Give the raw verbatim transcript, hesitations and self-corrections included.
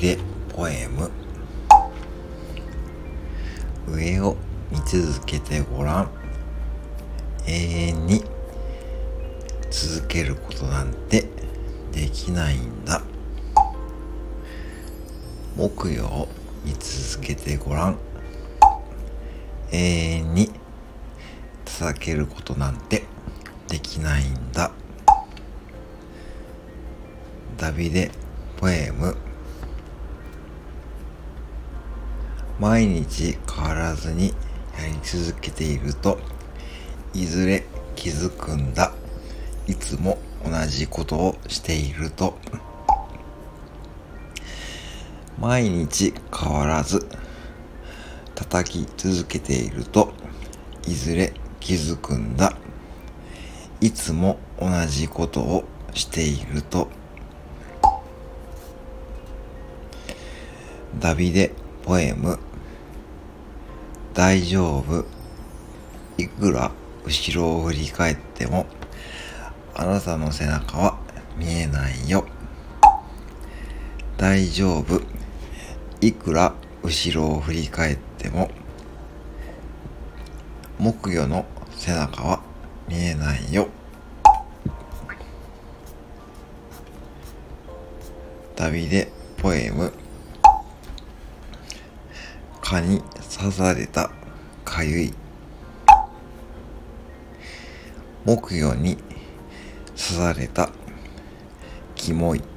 でポエム。上を見続けてごらん。永遠に続けることなんてできないんだ。木曜を見続けてごらん。永遠に続けることなんてできないんだ。ダビデポエム。毎日変わらずにやり続けているといずれ気づくんだ。いつも同じことをしていると。毎日変わらず叩き続けているといずれ気づくんだ。いつも同じことをしていると。ダビデポエム。大丈夫。いくら後ろを振り返ってもあなたの背中は見えないよ。大丈夫。いくら後ろを振り返っても木魚の背中は見えないよ。ダビデポエム。蚊に刺されたかゆい。木魚に刺されたキモい。